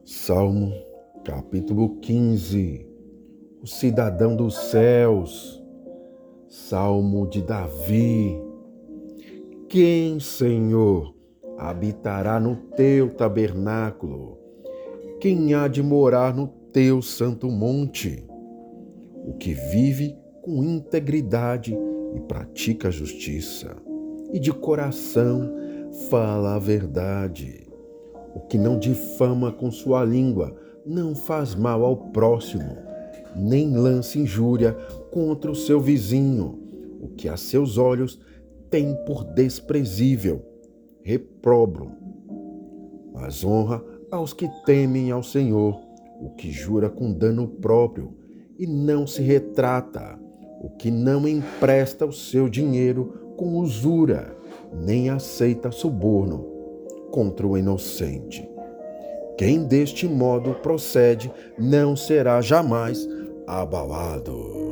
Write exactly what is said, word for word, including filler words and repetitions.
Salmo, capítulo quinze. O cidadão dos céus. Salmo de Davi. Quem, Senhor, habitará no teu tabernáculo? Quem há de morar no teu santo monte? O que vive com integridade e pratica a justiça, e de coração fala a verdade. O que não difama com sua língua, não faz mal ao próximo, nem lança injúria contra o seu vizinho. O que a seus olhos tem por desprezível, reprobam. Mas honra aos que temem ao Senhor, o que jura com dano próprio e não se retrata, o que não empresta o seu dinheiro com usura, nem aceita suborno contra o inocente. Quem deste modo procede não será jamais abalado.